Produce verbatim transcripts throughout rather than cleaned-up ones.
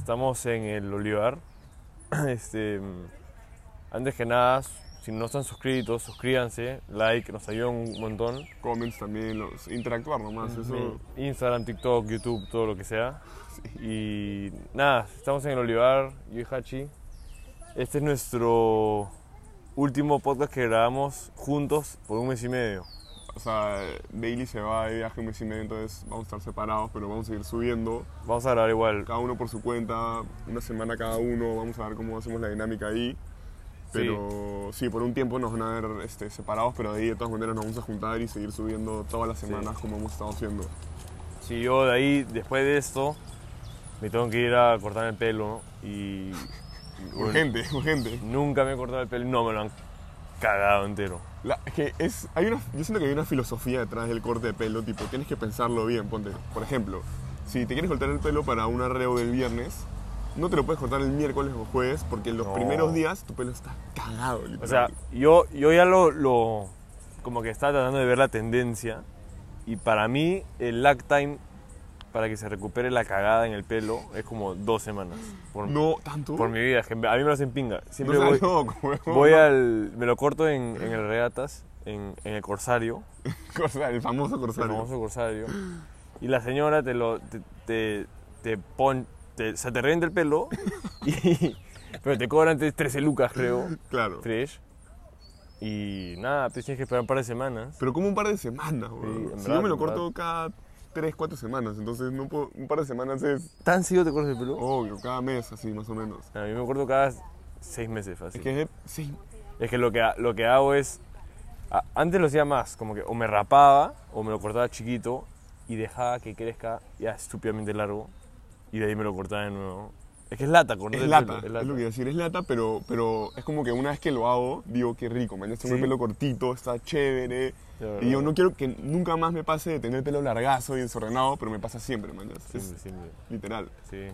estamos en el Olivar. Este, antes que nada, si no están suscritos, suscríbanse, like, nos ayudan un montón. Comments también, los, interactuar nomás, eso. Instagram, TikTok, YouTube, todo lo que sea. Sí. Y nada, estamos en el Olivar, yo y Hachi. Este es nuestro último podcast que grabamos juntos por un mes y medio. O sea, Daily se va de viaje un mes y medio, entonces vamos a estar separados, pero vamos a ir subiendo. Vamos a grabar igual. Cada uno por su cuenta, una semana cada uno, vamos a ver cómo hacemos la dinámica ahí. Pero sí, sí por un tiempo nos van a ver este, separados, pero de ahí de todas maneras nos vamos a juntar y seguir subiendo todas las semanas sí. como hemos estado haciendo. Sí, yo de ahí, después de esto, me tengo que ir a cortar el pelo y... urgente, bueno, urgente. Nunca me he cortado el pelo y no me lo han cagado entero. La, es que es, hay una, yo siento que hay una filosofía detrás del corte de pelo, tipo, tienes que pensarlo bien, ponte, por ejemplo, si te quieres cortar el pelo para un arreo del viernes, no te lo puedes cortar el miércoles o jueves, porque en los no. primeros días tu pelo está cagado, literal. O sea, yo, yo ya lo, lo, como que estaba tratando de ver la tendencia, y para mí el lag time para que se recupere la cagada en el pelo es como dos semanas. Por, no, ¿tanto? Por mi vida, a mí me lo hacen pinga. Siempre no voy, loco, voy al... Me lo corto en, en el Regatas, en, en el Corsario. Corsario, el famoso Corsario. El famoso Corsario. Y la señora te lo... te, te, te pone... Te, o sea, te revienta el pelo, y, pero te cobran trece lucas, creo. Claro. Fresh. Y nada, te tienes que esperar un par de semanas. Pero como un par de semanas, bro. Sí, si verdad, yo me lo corto cada tres, cuatro semanas, entonces no puedo, un par de semanas es... ¿Tan seguido te cortas el pelo? Obvio, cada mes, así más o menos. A mí me corto cada seis meses fácil. Es que es sí. Es que lo que, lo que hago es... A, antes lo hacía más, como que o me rapaba, o me lo cortaba chiquito, y dejaba que crezca ya estúpidamente largo, y de ahí me lo cortaba de nuevo. Es que es lata, cortar es el lata, pelo. Es lata, es lo que iba a decir, es lata, pero, pero es como que una vez que lo hago, digo, qué rico, mañana tengo ¿Sí? el pelo cortito, está chévere. Y yo no quiero que nunca más me pase de tener el pelo largazo y desordenado, pero me pasa siempre, mañana. Siempre, es siempre. Literal. Sí.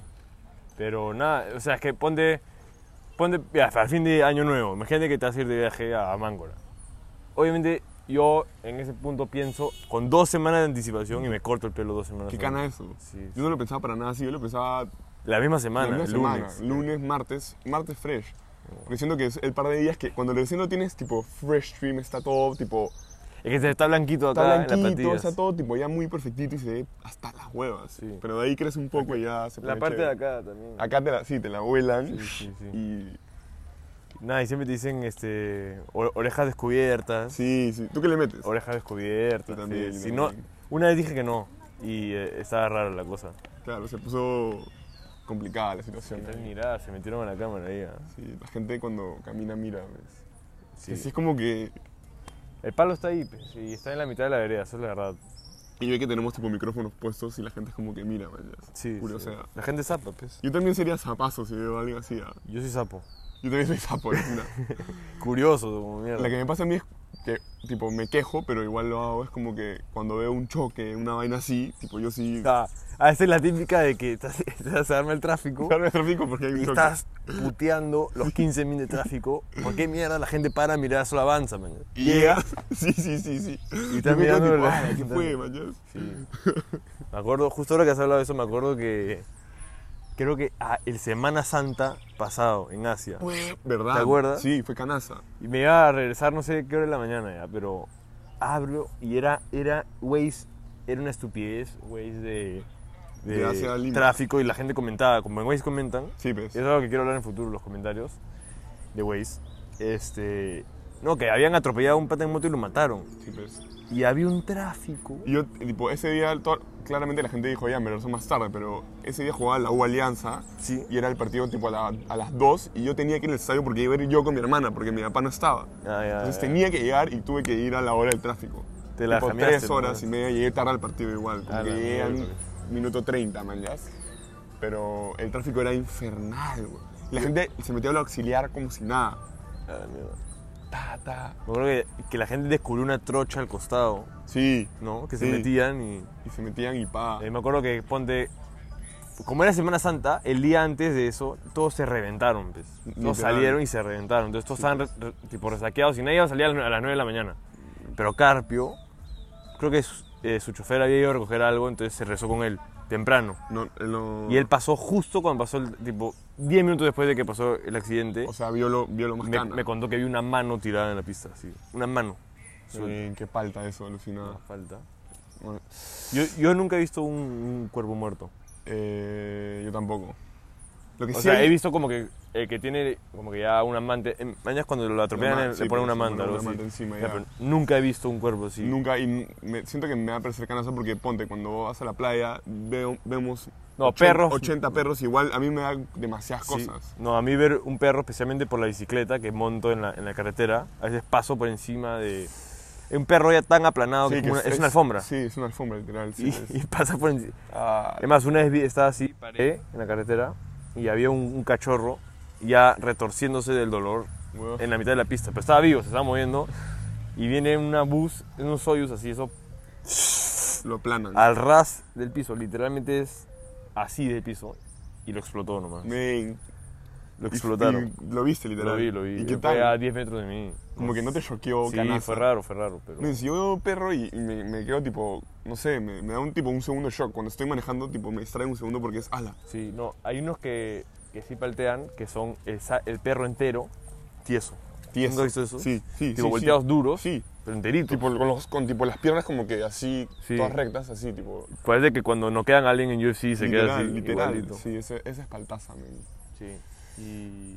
Pero nada, o sea, es que ponte, ponte, ya, al fin de año nuevo, imagínate que te vas a ir de viaje a Máncora. Obviamente, yo en ese punto pienso con dos semanas de anticipación y me corto el pelo dos semanas. ¿Qué cana eso? Sí, yo sí. no lo pensaba para nada así, yo lo pensaba... La misma semana, la misma lunes. semana, lunes, martes, martes fresh. Porque siento que es el par de días que cuando recién lo tienes, tipo, fresh stream, está todo, tipo... Es que está blanquito acá está blanquito, en las patillas. Está todo, tipo, ya muy perfectito y se ve hasta las huevas. Sí. Pero de ahí crece un poco y ya se pone La parte chévere. de acá también. Acá te la, sí, te la vuelan. Sí, sí, sí. Y... Nada, y siempre te dicen este, orejas descubiertas. Sí, sí. ¿Tú qué le metes? Orejas descubiertas. Yo también, sí. yo Si también. no, una vez dije que no y eh, estaba rara la cosa. Claro, se puso complicada la situación. ¿Qué tal mirada? Se metieron a la cámara ahí. ¿eh? Sí, la gente cuando camina mira, ¿ves? Sí. Así es como que... El palo está ahí, pues, y está en la mitad de la vereda, eso es la verdad. Y ve que tenemos tipo micrófonos puestos y la gente es como que mira, man. Sí, curiosa. sí. La gente zapa, pues. Yo también sería zapazo si veo a alguien así. ¿eh? Yo soy sapo. Yo también soy sapo, mira. Curioso, como mierda. La que me pasa a mí es que, tipo, me quejo, pero igual lo hago. Es como que cuando veo un choque, una vaina así, tipo, yo sí... Ah, ah, esa es la típica de que estás, estás a darme el tráfico. Darme el tráfico porque hay un y choque. estás puteando los quince minutos de tráfico. ¿Por qué mierda la gente para a mirar solo avanza, man? Y llega... Sí, sí, sí, sí. Y está mirando... Tipo, ah, ¿qué fue, man? Sí. Me acuerdo, justo ahora que has hablado de eso, me acuerdo que... Creo que ah, el Semana Santa pasado en Asia. ¿Verdad? ¿Te acuerdas? Sí, fue canaza. Y me iba a regresar, no sé qué hora de la mañana ya, pero abro y era, era Waze, era una estupidez, Waze de, de, de Asia, tráfico y la gente comentaba, como en Waze comentan. Sí, pues. Eso es algo que quiero hablar en el futuro, los comentarios de Waze. Este, no, que habían atropellado a un pata en moto y lo mataron. Sí, pues. Y había un tráfico. Y yo, tipo, ese día, to- claramente la gente dijo, ya, me regreso más tarde, pero ese día jugaba la U Alianza Sí. y era el partido tipo a, la- a las dos y yo tenía que ir al estadio porque iba a ir yo con mi hermana, porque mi papá no estaba. Ah, ya, Entonces ya. tenía que llegar y tuve que ir a la hora del tráfico. Te la tipo, jameaste, tres horas ¿no? y media, llegué tarde al partido igual, como Ah, que la llegué al mierda. minuto treinta, man, ya. Pero el tráfico era infernal, güey. La gente se metió al auxiliar como si nada. Ah, la mierda. Ta, ta. Me acuerdo que, que la gente descubrió una trocha al costado, Sí, ¿no? Que se Sí. metían y... y se metían y pa. Eh, me acuerdo que ponte, como era Semana Santa, el día antes de eso, todos se reventaron, pues. Todos Literal. salieron y se reventaron. Entonces todos estaban re- re- tipo resaqueados y nadie iba a salir a las nueve de la mañana. Pero Carpio, creo que su, eh, su chofer había ido a recoger algo, entonces se rezó con él. temprano. No, él no... Y él pasó justo cuando pasó el, tipo, diez minutos después de que pasó el accidente. O sea, vio lo, vio lo más me, cana. me contó que vi una mano tirada en la pista, sí. Una mano. Sí, qué palta eso, alucinado. No falta. Bueno, Yo, yo nunca he visto un, un cuerpo muerto. eh, yo tampoco. Lo que O sí sea, hay- he visto como que el que tiene como que ya un amante. En mañas cuando lo atropellan ma- le sí, ponen pues, una le manta, ponen algo una así. manta encima, Ya, ya. pero nunca he visto un cuerpo así. Nunca, y me- siento que me va a parecer canazo porque ponte, cuando vas a la playa, veo, vemos No, ochenta, perros. ochenta perros, igual a mí me da demasiadas Sí. cosas. No, a mí ver un perro, especialmente por la bicicleta que monto en la, en la carretera, a veces paso por encima de... Un perro ya tan aplanado que, Sí, es, como que una, es una alfombra. Sí, es una alfombra, literal. Sí, y, es. y pasa por encima. Ah, Además, una vez vi- estaba así, paré en la carretera y había un, un cachorro ya retorciéndose del dolor huevos. en la mitad de la pista. Pero estaba vivo, se estaba moviendo. Y viene una bus, unos Soyuz así, eso, Lo aplanan. al ras del piso. Literalmente es así del piso. Y lo explotó nomás. Men, Lo y- explotaron. y lo viste, literal. Lo vi, lo vi. ¿Y qué Fue a tal? diez metros de mí. Como que no te choqueó, Sí, canaza. fue raro, fue raro. Pero... Men, si yo veo un perro y, y me, me quedo tipo, no sé, me, me da un tipo un segundo shock. Cuando estoy manejando, tipo, me distrae un segundo porque es ala. Sí, no, hay unos que, que sí paltean, que son el, sa- el perro entero, tieso. Tieso. ¿Nunca has visto eso? Sí, sí, Tipo sí, volteados sí. duros, Sí. pero enteritos. Tipo, con, los, con tipo las piernas como que así, Sí. todas rectas, así, tipo. Parece que cuando no quedan a alguien en U F C se literal, queda así, literal. igualito. Sí, ese, ese es paltaza, men. Sí. Y...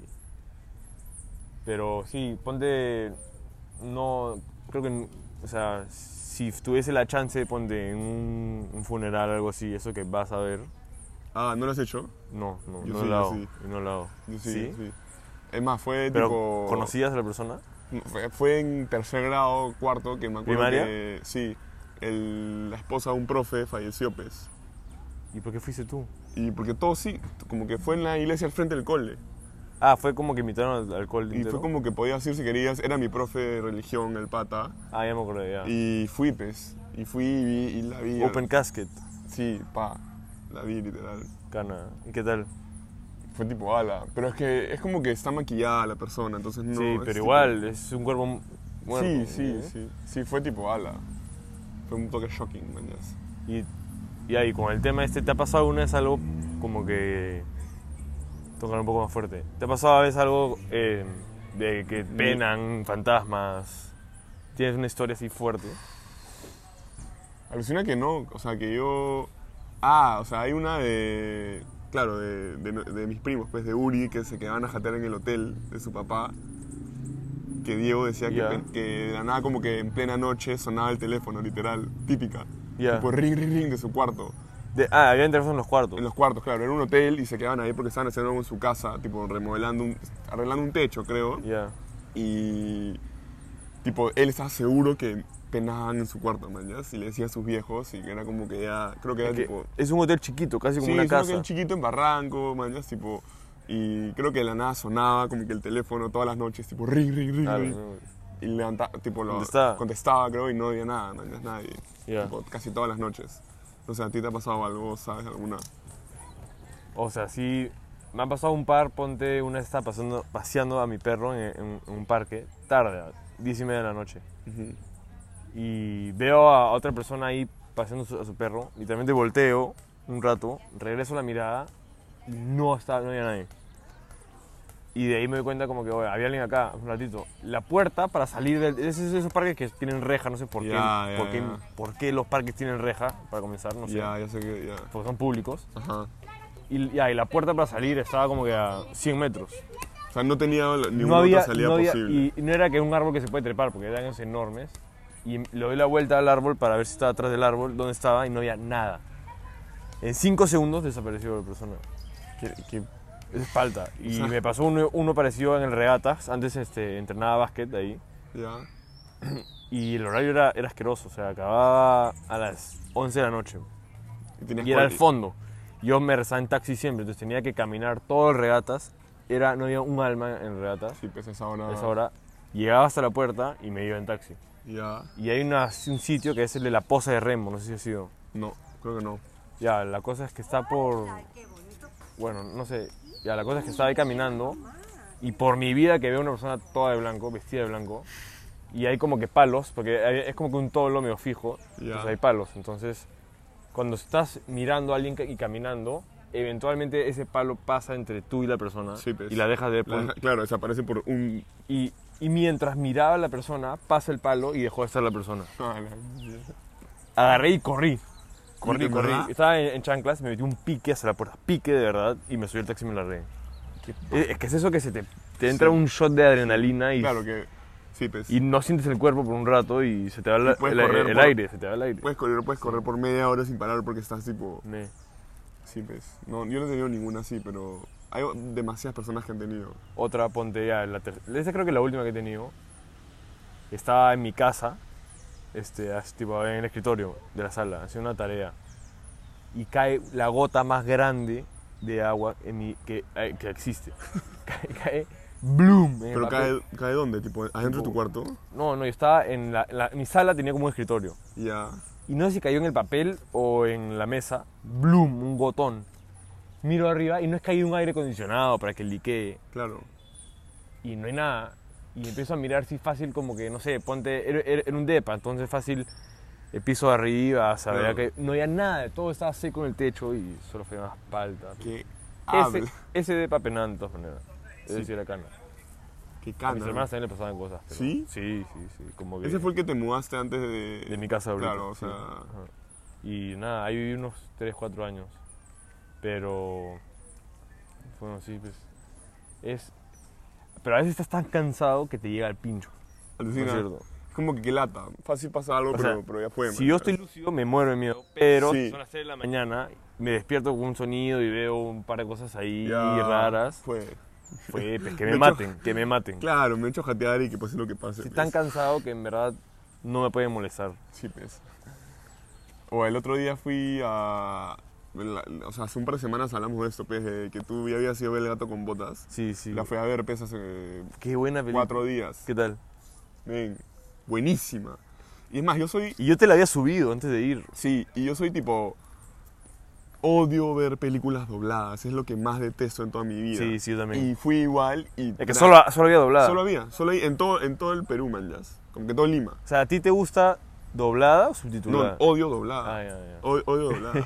Pero sí, ponte... No... Creo que... O sea, si tuviese la chance, ponte en un, un funeral o algo así, eso que vas a ver... Ah, ¿no lo has hecho? No, no, Yo no sí, lo yo hago. sí. No lo hago. Yo sí, ¿Sí? sí. Es más, fue Pero, tipo... ¿conocías a la persona? Fue, fue en tercer grado, cuarto, que me acuerdo ¿Primaria? que... Sí, el- la esposa de un profe falleció, pues. ¿Y por qué fuiste tú? Y porque todo sí, como que fue en la iglesia al frente del cole. Ah, fue como que invitaron al alcohol Y fue como que podías ir si querías, era mi profe de religión, el pata. Ah, ya me acordé, ya. Y fui, pues. Y fui y, vi, y la vi. Open casket, Sí, pa. La vi, literal. cana. ¿Y qué tal? Fue tipo ala. Pero es que es como que está maquillada la persona, entonces no. sí, es pero tipo- igual, es un cuerpo mu- muerto. Sí, sí, ¿eh? sí. Sí, fue tipo ala. Fue un toque shocking, mañas. Y, y ahí, con el tema este, ¿te ha pasado alguna vez algo como que... Tocar un poco más fuerte. ¿Te ha pasado a veces algo eh, de que penan fantasmas? ¿Tienes una historia así fuerte? Alucina que no, o sea, que yo... Ah, o sea, hay una de... Claro, de, de- de mis primos, pues, de Uri, que se quedaban a jatear en el hotel de su papá. Que Diego decía que, Ya. pe- que de la nada como que en plena noche sonaba el teléfono, literal, típica. Ya. Tipo ring, ring, ring de su cuarto. De- ah, había teléfonos en los cuartos. En los cuartos, claro, era un hotel y se quedaban ahí porque estaban haciendo algo en su casa, tipo remodelando, un, arreglando un techo, creo. Ya. Y tipo, él estaba seguro que penaban en su cuarto, man, ¿ya? Y le decía a sus viejos y que era como que ya, creo que era Que tipo... es un hotel chiquito, casi como Sí, una es un casa. hotel chiquito en Barranco, man, ¿ya? Tipo... Y creo que de la nada sonaba como que el teléfono todas las noches, tipo ring, ring, ring, Claro, ring. no. Y levantaba, tipo, lo Contestaba. contestaba, creo, y no había nada, man, ¿ya? Nadie. Ya. Tipo, casi todas las noches. O sea, ¿a ti te ha pasado algo, sabes, alguna? O sea, sí, me han pasado un par, ponte, una vez estaba pasando, paseando a mi perro en, en- en un parque, tarde, a diez y media de la noche. Y veo a otra persona ahí paseando su- a su perro, literalmente volteo un rato, regreso la mirada, y no, estaba, no había nadie. Y de ahí me doy cuenta como que, oye, había alguien acá, un ratito. La puerta para salir del... Es esos esos parques que tienen reja, no sé por qué, Ya, ya, por, qué ya. por qué los parques tienen reja, para comenzar, no sé. Ya, ya sé que, ya. Porque son públicos. Ajá. Y, ya, y la puerta para salir estaba como que a cien metros. O sea, no tenía la- ninguna No había, otra salida no había- posible. y, y no era que un árbol que se puede trepar, porque eran esos enormes. Y le doy la vuelta al árbol para ver si estaba atrás del árbol, dónde estaba, y no había nada. En cinco segundos desapareció la persona. Que- que- Es falta. Y O sea- me pasó uno, uno parecido en el Regatas. Antes este, entrenaba básquet ahí. ya. Y el horario era, era asqueroso. O sea, acababa a las once de la noche. Y, tenías Y era al cuál- fondo. Yo me rezaba en taxi siempre, entonces tenía que caminar todo el Regatas. Era, no había un alma en el Regatas Sí, pues esa hora. a esa hora. Llegaba hasta la puerta y me iba en taxi. Ya. Y hay una- un sitio que es el de la Poza de Remo, no sé si ha sido. No, creo que no. Ya, la cosa es que está por... Bueno, no sé. Ya, la cosa es que estaba ahí caminando y por mi vida que veo una persona toda de blanco, vestida de blanco, y hay como que palos, porque hay- es como que un tolo medio fijo, Ya. entonces hay palos. Entonces, cuando estás mirando a alguien ca- y caminando, eventualmente ese palo pasa entre tú y la persona Sí, pues. y la dejas de ver. La por- deja- claro, desaparece por un... y, y mientras miraba a la persona, pasa el palo y dejó de estar la persona. Ah, la- Agarré y corrí. Corrí, ¿En corrí. verdad? Estaba en, en chanclas, me metí un pique hacia la puerta. Pique de verdad y me subí al taxi y me largué. Es, es que es eso que se te, te entra Sí. un shot de adrenalina y, Claro que... Sí, pues. y no sientes el cuerpo por un rato y se te va la- Y puedes el, correr el por- aire, se te va el aire. Puedes correr, puedes correr por media hora sin parar porque estás tipo... Me- Sí, pues. No, yo no he tenido ninguna así, pero hay demasiadas personas que han tenido. Otra, ponte ya, la ter- esa creo que es la última que he tenido. Estaba en mi casa, este, así, tipo, en el escritorio de la sala, haciendo una tarea. Y cae la gota más grande de agua en mi, que, eh, que existe. cae, cae, bloom. en el ¿Pero papel. cae, cae dónde? ¿Tipo adentro de tu cuarto? No, no, yo estaba en la, la- mi sala tenía como un escritorio. Ya. Y no sé si cayó en el papel o en la mesa. Bloom, un gotón. Miro arriba y no es que hay un aire acondicionado para que liquee. Claro. Y no hay nada. Y empiezo a mirar si fácil como que, no sé, ponte, era, era- era un depa, entonces fácil el piso de arriba, o sea, Claro. veía que no había nada, todo estaba seco en el techo y solo fue una espalda. Qué Ese, habla. ese depa penaba de todas maneras, es Sí. decir, era cana. Qué A mis cana. hermanas también le pasaban cosas. pero- ¿Sí? Sí, sí, sí, como que Ese fue el que te mudaste antes de... de mi casa ahorita. Claro, o sí. sea... Ajá. Y nada, ahí viví unos tres, cuatro años, pero, bueno, sí, pues, es... Pero a veces estás tan cansado que te llega el pincho. ¿No es Alucina. cierto? Es como que qué lata. Fácil pasa algo, O pero, sea, pero ya fue. Si man. yo estoy lúcido, me muero de miedo. Pero Sí. si son las tres de la mañana, me despierto con un sonido y veo un par de cosas ahí Ya raras. Fue. Fue, pues, que me De hecho- maten, que me maten. Claro, me he hecho jatear y que pase lo que pase. Estoy pues. tan cansado que en verdad no me pueden molestar. Sí, pues. O el otro día fui a... la- O sea, hace un par de semanas hablamos de esto, pues, de que tú ya habías ido a ver El gato con botas. Sí, sí. La fui a ver, pues, hace Qué buena película. cuatro días. ¿Qué tal? Ven, buenísima. Y es más, yo soy... Y yo te la había subido antes de ir. Sí, y yo soy tipo... Odio ver películas dobladas, es lo que más detesto en toda mi vida. Sí, sí, yo también. Y fui igual y... Es que solo, solo había doblada. Solo había, solo hay en todo, en todo el Perú, man, ya. Como que todo Lima. O sea, ¿a ti te gusta doblada o No, subtitulada? odio doblada. Ah, ya, ya. O- Odio doblada.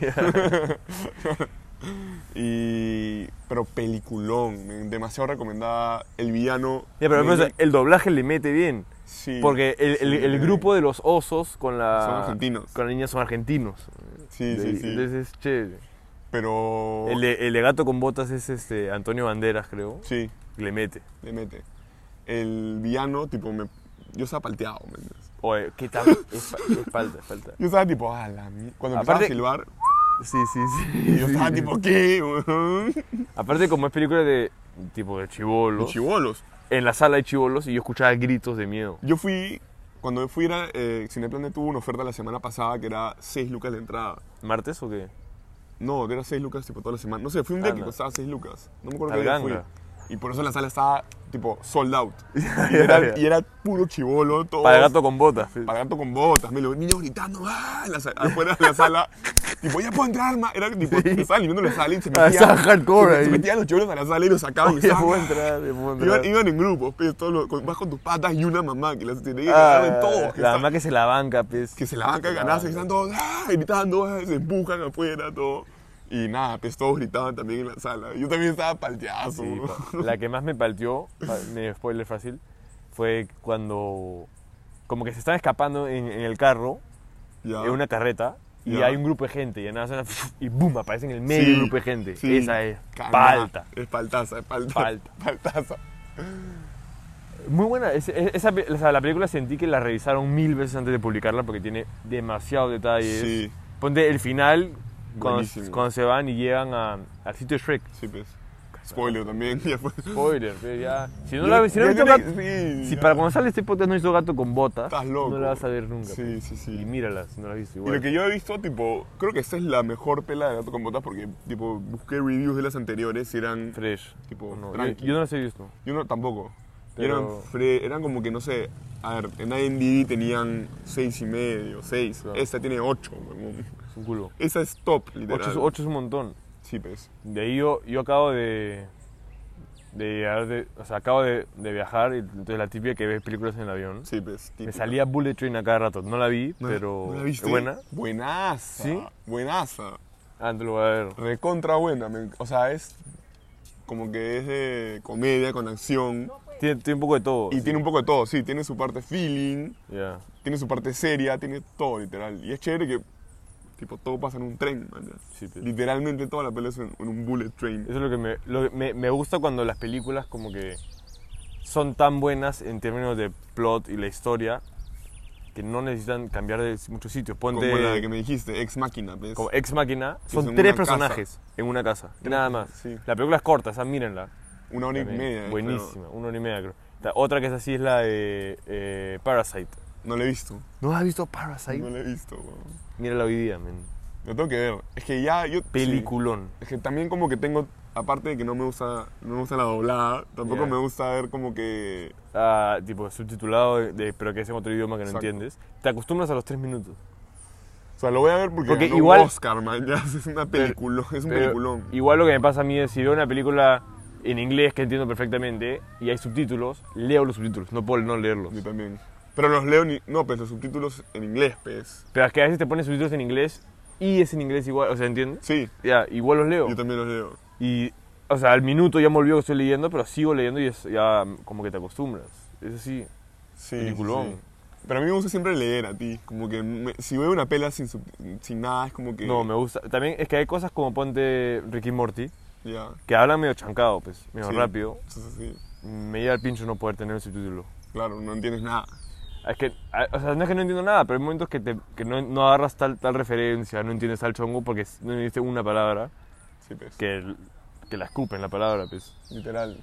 y... Pero peliculón, men, demasiado recomendada. El villano... Ya, pero, men, pero el doblaje le mete bien. sí, Porque el, el- sí, el grupo de los osos con la... Son argentinos. Con la niña son argentinos. Sí, De- sí, sí. Entonces es chévere. Pero... El de, el de Gato con Botas es este Antonio Banderas, creo. Sí, Le mete. le mete. El villano, tipo, me... Yo estaba palteado, men. Oye, ¿qué tal? Es, fa- es falta, es falta. Yo estaba tipo, ah, la mi-". Cuando empezaba Aparte- a silbar, Sí, sí, sí. y yo estaba tipo, ¿qué? weón? Aparte, como es película de tipo de Los chibolos, chibolos. en la sala hay chibolos y yo escuchaba gritos de miedo. Yo fui, cuando fui a eh, Cineplanet tuvo una oferta la semana pasada que era seis lucas de entrada. ¿Martes o qué? No, era seis lucas tipo toda la semana. No sé, fui un día que Anda. costaba seis lucas. No me acuerdo qué día fui. Talganga. Y por eso la sala estaba tipo sold out. Y era, y era puro chibolo, todo. Para Gato con Botas. Para gato con botas, me los niños gritando, ¡ah! En la sala- afuera de la sala. Tipo, ya puedo entrar, ma. Era tipo, estaban limpiando la sala y se Ah, metían. estaba hardcore se, ahí. se metían los chibolos a la sala y los sacaban. y Ya estaban, puedo ¡ah! entrar, ya puedo entrar. Iban, iban en grupos, pues, todos los- con- vas con tus patas y una mamá que las tiene que Ah, agarrar en todos. Que, la está- mamá que se la banca, pues. que se la bancan ganas, están todos ¡ah! Gritando, ¡ah! Se empujan afuera, todo. Y nada, pues todos gritaban también en la sala. Yo también estaba palteazo. Sí, ¿no? pa- la que más me palteó, pa- me spoiler fácil, fue cuando como que se están escapando en, en el carro, Ya. en una carreta, y Ya. hay un grupo de gente, y de nada suena, y boom, aparece en el medio Sí, un grupo de gente. sí. Esa es Cana. palta. Es paltaza, es palta. Palta. Paltaza. Muy buena, es- es- esa, pe- o sea, la película sentí que la revisaron mil veces antes de publicarla porque tiene demasiados detalles. Sí, Ponte el final, cuando, Buenísimo. cuando se van y llegan a- al sitio de Shrek. sí, pues. Spoiler también, ya fue. Spoiler, pero ya. Si no, Ya- la, si no ya has visto tiene- Gato- sí, si ya. para cuando sale este podcast no has visto Gato con Botas, Estás loco. no la vas a ver nunca. Sí, pues. sí, sí. Y mírala si no la has visto Y igual. lo que yo he visto, tipo, creo que esta es la mejor pela de Gato con Botas porque, tipo, busqué reviews de las anteriores y eran, Fresh. tipo, No, yo, tranqui. yo no las he visto. Yo no, tampoco. Y Pero- Eran, fre- eran como que, no sé, a ver, en I M D B tenían seis y medio, seis. Claro. Esta tiene ocho, huevón. Es un culo. Esa es top, literal. Ocho, es- ocho es un montón. Sí, pues. De ahí yo, yo acabo de, de llegar de, o sea, acabo de, de viajar y entonces la típica que ves películas en el avión. Sí, pues, Me típica. salía Bullet Train a cada rato, no la vi, ¿No- pero ¿No la viste? ¿es buena? Buenaza. ¿Sí? Buenaza. Ah, te lo voy a ver. Recontra buena. me- o sea, es como que es de comedia con acción. Tiene, tiene un poco de todo. Y sí. tiene un poco de todo, sí. Tiene su parte feeling, Ya. tiene su parte seria, tiene todo, literal. Y es chévere que, tipo, todo pasa en un tren, man. Sí, pues. Literalmente toda la pelea es en, en un bullet train. Eso es lo que me, lo que me, me gusta cuando las películas como que son tan buenas en términos de plot y la historia que no necesitan cambiar de muchos sitios. Ponte Como la que me dijiste, Ex Máquina, ¿ves? como Ex Máquina, Que son son tres una personajes en una casa, Tres, nada más. sí. La película es corta, esa mírenla. Una hora y También. media. creo. Buenísima, una hora y media creo. La otra que es así es la de eh, Parasite. No la he visto. ¿No has visto Parasite? No la he visto, weón. Mírala hoy día, men. Lo tengo que ver. Es que ya yo... sí. Peliculón. Es que también como que tengo, aparte de que no me gusta, no me gusta la doblada, tampoco Ya. me gusta ver como que... Ah, tipo subtitulado, de, de- pero que es en otro idioma que no Exacto. entiendes. Te acostumbras a los tres minutos. O sea, lo voy a ver porque, Porque ganó igual- un Oscar, man. Ya, es una película, es un Pero peliculón. igual lo que me pasa a mí es si veo una película en inglés que entiendo perfectamente y hay subtítulos, leo los subtítulos, no puedo no leerlos. Yo también. Pero los leo, ni, no, pues los subtítulos en inglés, pues. Pero es que a veces te ponen subtítulos en inglés y es en inglés igual, o sea, ¿entiendes? Sí, Ya, igual los leo. yo también los leo. Y, o sea, al minuto ya me olvido que estoy leyendo, pero sigo leyendo y es, ya como que te acostumbras. Es así. Sí, Peliculón. sí. Pero a mí me gusta siempre leer a ti. Como que me- si veo una pela sin, sub- sin nada, es como que... No, me gusta. También es que hay cosas como ponte Ricky Morty, Ya. que hablan medio chancado, pues, medio Sí. rápido. Eso es así. Me llega el pincho no poder tener un subtítulo. Claro, no entiendes nada. Es que, a- o sea, no es que no entiendo nada, pero hay momentos que, te, que no, no agarras tal, tal referencia, no entiendes tal chongo porque no entendiste una palabra Sí, pues. que, que la escupen la palabra, pues. Literal.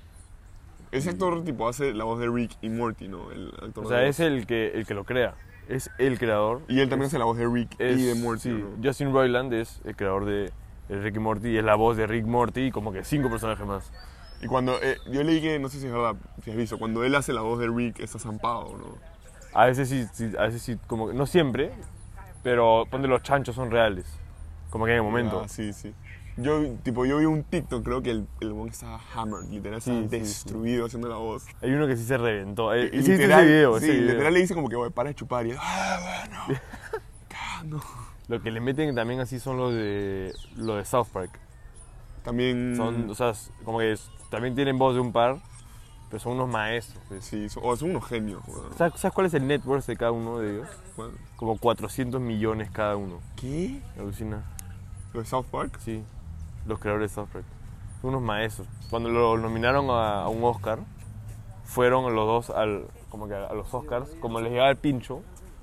Ese actor tipo hace la voz de Rick y Morty, ¿no? El actor O de sea, voz. es el que, el que lo crea. Es el creador. Y él también hace la voz de Rick Es, y de Morty, sí, ¿no? Justin Roiland es el creador de, de Rick y Morty y es la voz de Rick Morty y como que cinco personajes más. Y cuando... eh, yo leí que, no sé si es verdad, si has visto, cuando él hace la voz de Rick está zampado, ¿no? A veces sí, sí, a veces sí, como que, no siempre, pero ponte los chanchos son reales. Como que en el momento. Ah, sí, sí. Yo, tipo, yo vi un TikTok, creo que el, el one estaba hammered, literal, estaba Sí, sí, destruido haciendo la voz. Hay uno que sí se reventó. Eh, Y sí, viste literal, ese video, sí, ese video. literal le dice como que, "Oye, para de chupar", y él, ah, bueno, cagando. Lo que le meten también así son los de, los de South Park. También... Son, o sea, s- como que es- también tienen voz de un par, pero son unos maestros. Pues. Sí, son, o son unos genios, weón. ¿Sabes, sabes cuál es el net worth de cada uno de ellos? Bueno, Como cuatrocientos millones cada uno. ¿qué? Alucina. ¿Lo de South Park? Sí, los creadores de South Park. Son unos maestros. Cuando lo nominaron a, a un Oscar, fueron los dos al, como que a los Oscars, como les llegaba el pincho,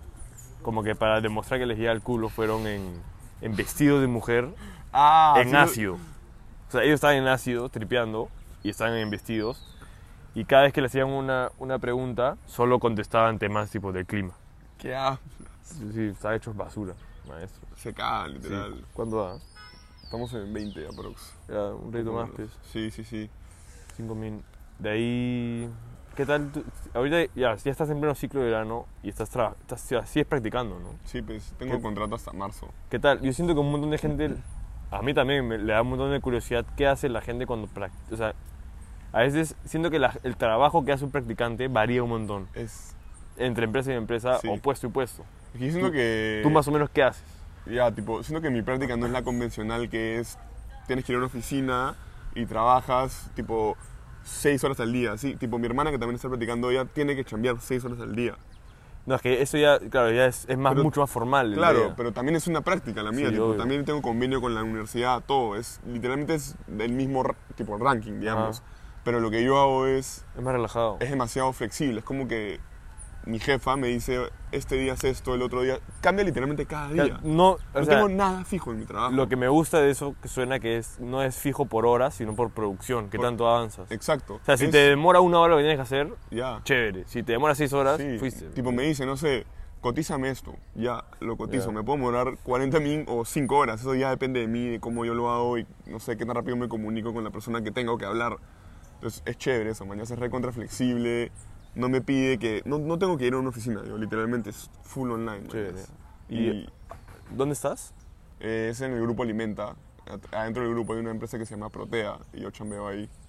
como que para demostrar que les llegaba el culo, fueron en, en vestido de mujer, Ah, en sí, lo- ácido. O sea, ellos estaban en ácido, tripeando, y estaban en vestidos. Y cada vez que le hacían una, una pregunta, solo contestaban temas tipo del clima. ¿Qué ha? Sí, sí, estaban hechos basura, maestro. Se cagan, Sí. literal. ¿Cuándo da? Estamos en veinte aprox. Ya, un reto más, pues. Sí, sí, sí. cinco mil. De ahí, ¿qué tal? tú- ahorita ya, ya estás en pleno ciclo de verano y estás, tra- estás ya, sigues practicando, ¿no? Sí, pues tengo ¿Qué? contrato hasta marzo. ¿Qué tal? Yo siento que un montón de gente, a mí también me, le da un montón de curiosidad qué hace la gente cuando practica. O sea, a veces siento que la- el trabajo que hace un practicante varía un montón. Es... Entre empresa y empresa, Sí. o puesto y puesto. es que yo siento Tú- que... ¿Tú más o menos qué haces? Ya, tipo, siento que mi práctica no es la convencional que es... Tienes que ir a una oficina y trabajas, tipo, seis horas al día. Sí, tipo, mi hermana que también está practicando, ella tiene que chambear seis horas al día. No, es que eso ya, claro, ya es, es más, Pero- mucho más formal. el Claro, día. pero también es una práctica la mía, Sí, tipo, obvio. también tengo convenio con la universidad, todo, es literalmente es del mismo ra- tipo ranking, digamos. Ajá. Pero lo que yo hago es Es más relajado. es demasiado flexible, es como que mi jefa me dice, este día haz esto, el otro día, cambia literalmente cada día. No, o No sea, tengo nada fijo en mi trabajo. lo que me gusta de eso que suena que es no es fijo por horas, sino por producción, que Por- tanto avanzas. Exacto. O sea, si Es- te demora una hora lo que tienes que hacer, Ya. chévere. Si te demora seis horas, Sí, fuiste. tipo me dice, no sé, cotízame esto, ya, lo cotizo, Ya. me puedo demorar cuarenta min o cinco horas, eso ya depende de mí, de cómo yo lo hago y no sé qué tan rápido me comunico con la persona que tengo que hablar. Entonces es chévere eso, mañana es recontra flexible, no me pide que, no, no tengo que ir a una oficina, yo literalmente es full online. Chévere. mañas. ¿Y Y dónde estás? eh, es en el grupo Alimenta, Ad- adentro del grupo hay una empresa que se llama Protea y yo chambeo ahí.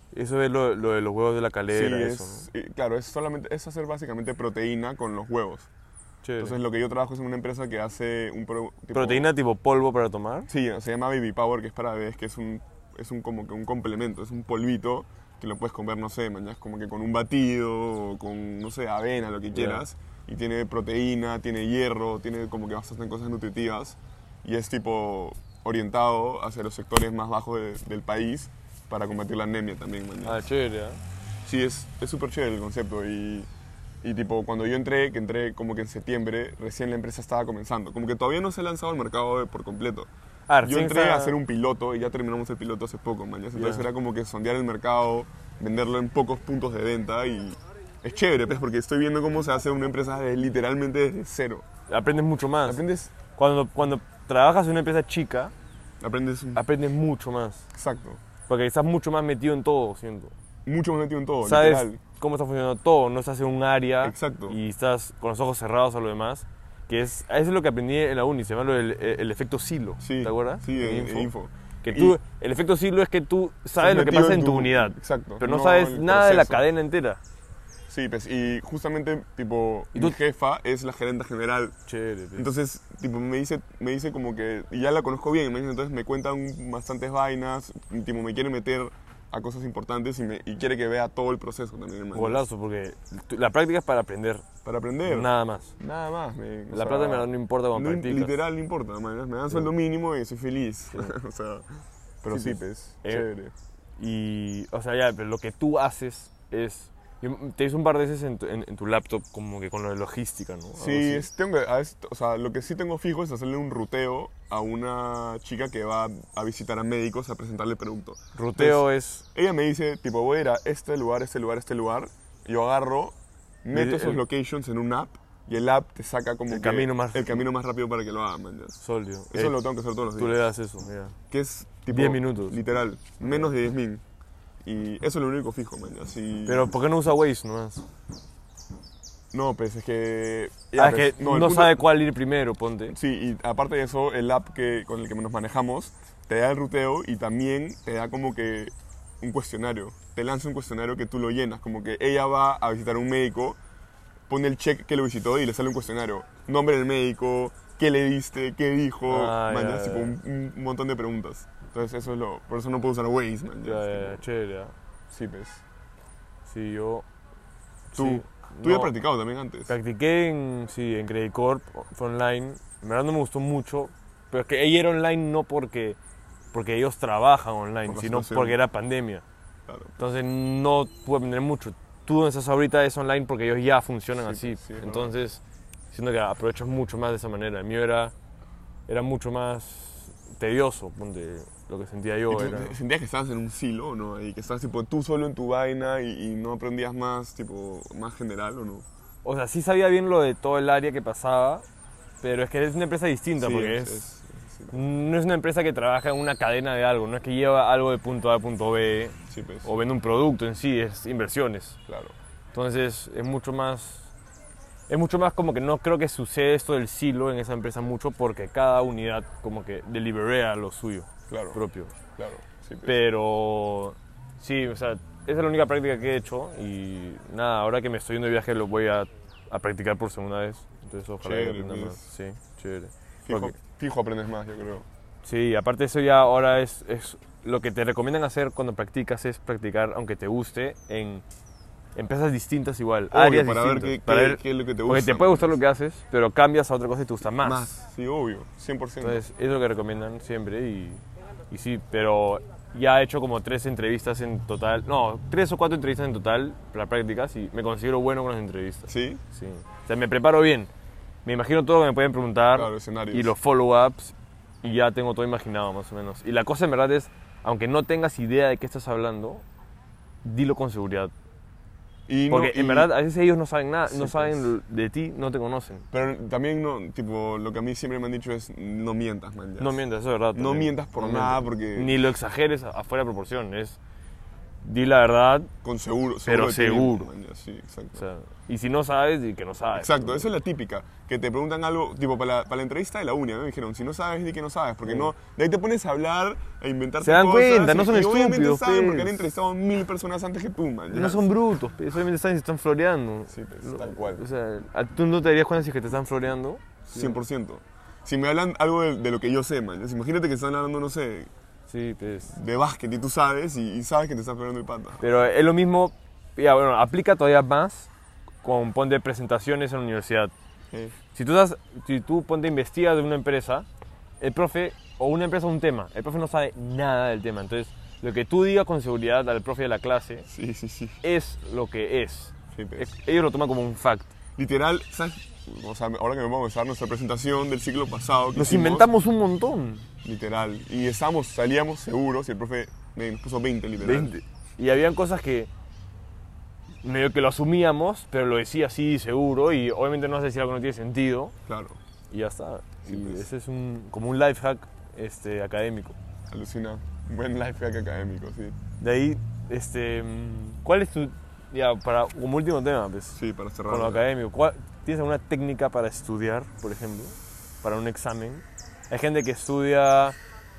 Eso es lo, lo de los huevos de la Sí, calera, es, eso, ¿no? eh, claro, es solamente, es hacer básicamente proteína con los huevos. Chévere. Entonces lo que yo trabajo es en una empresa que hace un pro- tipo- ¿Proteína tipo polvo para tomar? Sí, se llama Baby Power, que es para bebés, que es un, es un como que un complemento, es un polvito que lo puedes comer, no sé, mañana como que con un batido o con, no sé, avena, lo que quieras. Y tiene proteína, tiene hierro, tiene como que bastantes cosas nutritivas. Y es tipo orientado hacia los sectores más bajos de- del país para combatir la anemia también, mañana. Ah, chévere, ¿eh? Sí, es es súper chévere el concepto y, y tipo cuando yo entré, que entré como que en septiembre, recién la empresa estaba comenzando. Como que todavía no se ha lanzado al mercado de- por completo. Ah, Yo recién entré está- a hacer un piloto y ya terminamos el piloto hace poco, man. Entonces Ya. era como que sondear el mercado, venderlo en pocos puntos de venta y es chévere, pues, porque estoy viendo cómo se hace una empresa de- literalmente desde cero. Aprendes mucho más. Aprendes, Cuando, cuando trabajas en una empresa chica, aprendes un- aprendes mucho más. exacto, Porque estás mucho más metido en todo, siento. mucho más metido en todo, Sabes literal. cómo está funcionando todo, no estás en un área Exacto. y estás con los ojos cerrados a lo demás. Que es, eso es lo que aprendí en la uni, se llama lo del- el, el efecto silo. Sí, ¿Te acuerdas? sí, En en- en info. Que Y- tú, el efecto silo es que tú sabes Estás lo que metido pasa en en tu, tu- unidad, exacto, pero no, no sabes el nada de la proceso. cadena entera. Sí, pues, y justamente, tipo, ¿Y mi tú? jefa es la gerente general. Chévere. tío. Entonces, tipo, me dice, me dice como que, y ya la conozco bien, me dice, entonces me cuentan bastantes vainas, y, tipo, me quiere meter a cosas importantes y, me, y quiere que vea todo el proceso también, hermano. Golazo, porque tú- la práctica es para aprender, Para aprender. nada más. Nada más. me- o La sea, plata en verdad no importa cuando no, practicas. literal no importa, man, me dan sueldo mínimo y soy feliz. o sea, pero Sí, sí, pues. pues, Eh, chévere. Y, o sea, ya, pero lo que tú haces es... Yo te hice un par de veces en tu, en- en tu laptop como que con lo de logística, ¿no? Algo Sí, así. es- tengo que- a veces- o sea, lo que sí tengo fijo es hacerle un ruteo a una chica que va a visitar a médicos a presentarle el producto. Ruteo es... Ella me dice, tipo, voy a ir a este lugar, este lugar, este lugar. Yo agarro, meto El- esos el- locations en un app y el app te saca como El que camino más el rápido. camino más rápido para que lo hagan, man. ya. Sólido. Eso Eh, lo tengo que hacer todos los Tú le días. das eso, mira. Que es tipo... diez minutos. Literal, menos de diez mil. Y eso es lo único fijo, man. ya. Sí. Pero ¿por qué no usa Waze nomás? No, pues es que... Ah, es pues, que el no, punto- sabe cuál ir primero, ponte. Sí, y aparte de eso, el app que, con el que nos manejamos te da el ruteo y también te da como que un cuestionario. Te lanza un cuestionario que tú lo llenas, como que ella va a visitar a un médico, pone el check que lo visitó y le sale un cuestionario. Nombre del médico, qué le diste, qué dijo, Ah, man, ya, ya, ya, tipo, ya. un, un montón de preguntas. Entonces eso es lo... Por eso no puedo usar Waze, man. ya, Ya, es ya, ya, tipo- chévere, ya. Sí, pues. Sí, yo... Tú, sí, tú ya no, has practicado también antes. Practiqué en, sí, en Credit Corp, fue online. En verdad no me gustó mucho, pero es que ella era online no porque, porque ellos trabajan online, Por la sino situación. porque era pandemia. Claro. Entonces no pude aprender mucho. Tú donde estás ahorita es online porque ellos ya funcionan Sí, así. sí, es Entonces siento que aprovechas mucho más de esa manera. El mío era, era mucho más tedioso, ponte, lo que sentía yo. ¿Y tú Era... sentías que estabas en un silo o no? Y que estabas tipo tú solo en tu vaina y, y no aprendías más tipo más general o no? O sea, sí sabía bien lo de todo el área que pasaba, pero es que es una empresa distinta Sí, porque es- es, es- es- sí. no es una empresa que trabaja en una cadena de algo, no es que lleva algo de punto A a punto B Sí, pues, o vende un producto en sí, es inversiones. claro. Entonces es mucho más, es mucho más como que no creo que sucede esto del silo en esa empresa mucho porque cada unidad como que deliberea lo suyo Claro, propio. claro. Sí, pues. Pero sí, o sea, esa es la única práctica que he hecho y nada, ahora que me estoy yendo de viaje lo voy a, a practicar por segunda vez. Entonces ojalá que Chévere, aprenda pues. más. Sí, chévere. Fijo, Porque- fijo aprendes más, yo creo. sí, aparte de eso ya ahora es, es lo que te recomiendan hacer cuando practicas es practicar, aunque te guste, en empresas distintas igual, Obvio, áreas para ver distintas. qué- para qué- ver- qué es lo que te Porque gusta, te puede gustar pues. lo que haces, pero cambias a otra cosa y te gusta más. Más, sí, obvio, cien por ciento. Entonces, es lo que recomiendan siempre y, y sí, pero ya he hecho como tres entrevistas en total, no, tres o cuatro entrevistas en total para prácticas y me considero bueno con las entrevistas. ¿Sí? Sí. O sea, me preparo bien. Me imagino todo lo que me pueden preguntar Claro, escenarios. y los follow-ups y ya tengo todo imaginado más o menos. Y la cosa en verdad es, aunque no tengas idea de qué estás hablando, dilo con seguridad. Y no- Porque en y- verdad a veces ellos no saben nada, Sí, no pues. saben de ti, no te conocen. Pero también, no, tipo, lo que a mí siempre me han dicho es no mientas, man. ya. No mientas, eso es verdad. No también. mientas por No nada, mientas. porque- Ni lo exageres a- afuera de proporción. Es, di la verdad, Con seguro, Pero de ti mismo, seguro. man, ya, sí, exacto. o sea, y si no sabes, di que no sabes. Exacto, esa es la típica, que te preguntan algo, tipo, para la, para la entrevista de la uni, ¿no? Me dijeron, si no sabes, di que no sabes, porque Sí. no, de ahí te pones a hablar, a inventar Se dan cosas, cuenta, y- no son y obviamente estúpidos, saben porque pues. han entrevistado a mil personas antes que tú, man. ya. No son brutos, pues, obviamente saben si están floreando. Sí, pues, tal cual. O sea, ¿a- ¿tú no te darías cuenta si es que te están floreando? cien por ciento. Si me hablan algo de, de lo que yo sé, man, ya, imagínate que están hablando, no sé, Sí, pues. de básquet y tú sabes, y, y sabes que te están pegando el pata. Pero es lo mismo, ya bueno, aplica todavía más con ponte presentaciones en la universidad. Eh, Si tú, das, si tú ponte investigas de una empresa, el profe, o una empresa un tema, el profe no sabe nada del tema. Entonces, lo que tú digas con seguridad al profe de la clase sí, sí, sí. es lo que es. Sí, pues. Es- Ellos lo toman como un fact. Literal, ¿sabes? O sea, ahora que me vamos a dar nuestra presentación del ciclo pasado. que Nos hicimos, inventamos un montón. Literal. Y estábamos, salíamos seguros y el profe me nos puso veinte, literal. veinte. Y habían cosas que medio que lo asumíamos, pero lo decía así seguro y obviamente no vas a decir algo que no tiene sentido Claro, y ya está. Sí, y pues. ese es un, como un life hack este, académico. alucina. Un buen life hack académico, sí. De ahí, este, mm, ¿cuál es tu, ya, para, como último tema, pues, Sí, para cerrar. con lo académico, ¿cuál- ¿tienes alguna técnica para estudiar, por ejemplo, para un examen? Hay gente que estudia,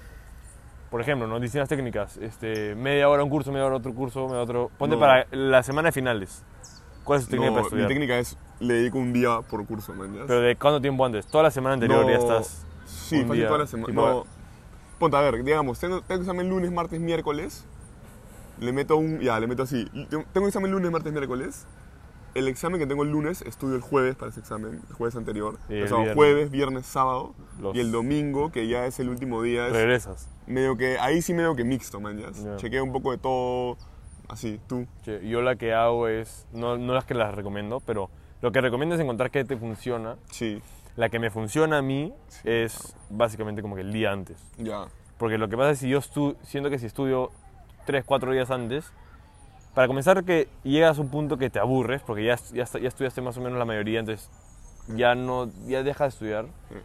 por ejemplo, ¿no? Distintas técnicas, este, media hora un curso, media hora otro curso, media otro... Ponte No. para la semana de finales. ¿Cuál es tu técnica para No, mi estudiar? técnica es, le dedico un día por curso, man. ¿ya? ¿Pero de cuánto tiempo antes? ¿Toda la semana anterior No, ya estás? Sí, un fácil día, toda la semana. tipo- No, ponte, a ver, digamos, tengo, tengo examen lunes, martes, miércoles. Le meto un. Ya, le meto así. Tengo tengo examen lunes, martes, miércoles. El examen que tengo el lunes, estudio el jueves para ese examen, el jueves anterior. Y el o sea, viernes. jueves, viernes, sábado. Los- Y el domingo, que ya es el último día, es Regresas. medio que. Ahí sí medio que mixto, man. Ya. Ya. Chequeo un poco de todo. Así, tú. Che, Yo la que hago es, no, no las que las recomiendo, pero lo que recomiendo es encontrar qué te funciona. Sí, La que me funciona a mí Sí, es básicamente como que el día antes. ya. Porque lo que pasa es si yo estu siento que si estudio tres, cuatro días antes, para comenzar que llegas a un punto que te aburres, porque ya, ya, est- ya estudiaste más o menos la mayoría, entonces ya no, ya dejas de estudiar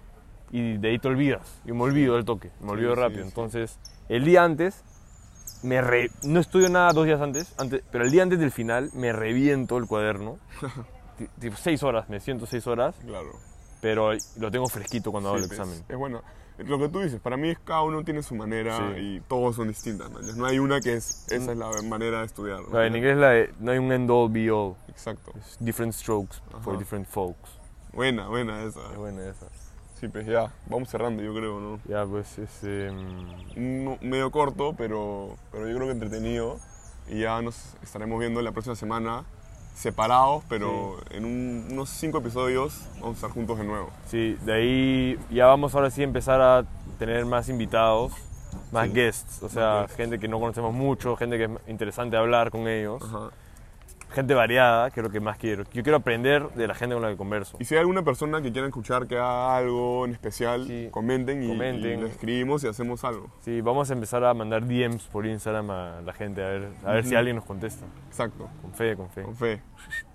y de ahí te olvidas. Yo me olvido del toque, me olvido Sí, rápido. sí. Entonces, el día antes, me re- no estudio nada dos días antes, antes, pero el día antes del final me reviento el cuaderno. Ti- Tipo seis horas, me siento seis horas, Claro. pero lo tengo fresquito cuando hago Sí, el pues, examen. Es bueno. Lo que tú dices, para mí es cada uno tiene su manera Sí. y todos son distintas, man. No hay una que es, esa es la manera de estudiar. ¿no? En inglés la de- no hay un end all be all. Exacto. Es different strokes for Ajá. different folks. Buena, buena esa. Es buena esa. Sí, pues ya, vamos cerrando yo creo, ¿no? Ya, pues, este... mm, Un- medio corto, pero, pero yo creo que entretenido. Y ya nos estaremos viendo la próxima semana separados, pero en un- unos cinco episodios vamos a estar juntos de nuevo. Sí, de ahí ya vamos ahora sí a empezar a tener más invitados, más Sí. guests, o sea, guests. gente que no conocemos mucho, gente que es interesante hablar con ellos, Ajá. gente variada, que es lo que más quiero. Yo quiero aprender de la gente con la que converso. Y si hay alguna persona que quiera escuchar que haga algo en especial, Sí. comenten y, Comenten. y le escribimos y hacemos algo. Sí, vamos a empezar a mandar D Ms por Instagram a la gente, a ver, a ver si Ujú. alguien nos contesta. Exacto, Con fe, con fe. con fe.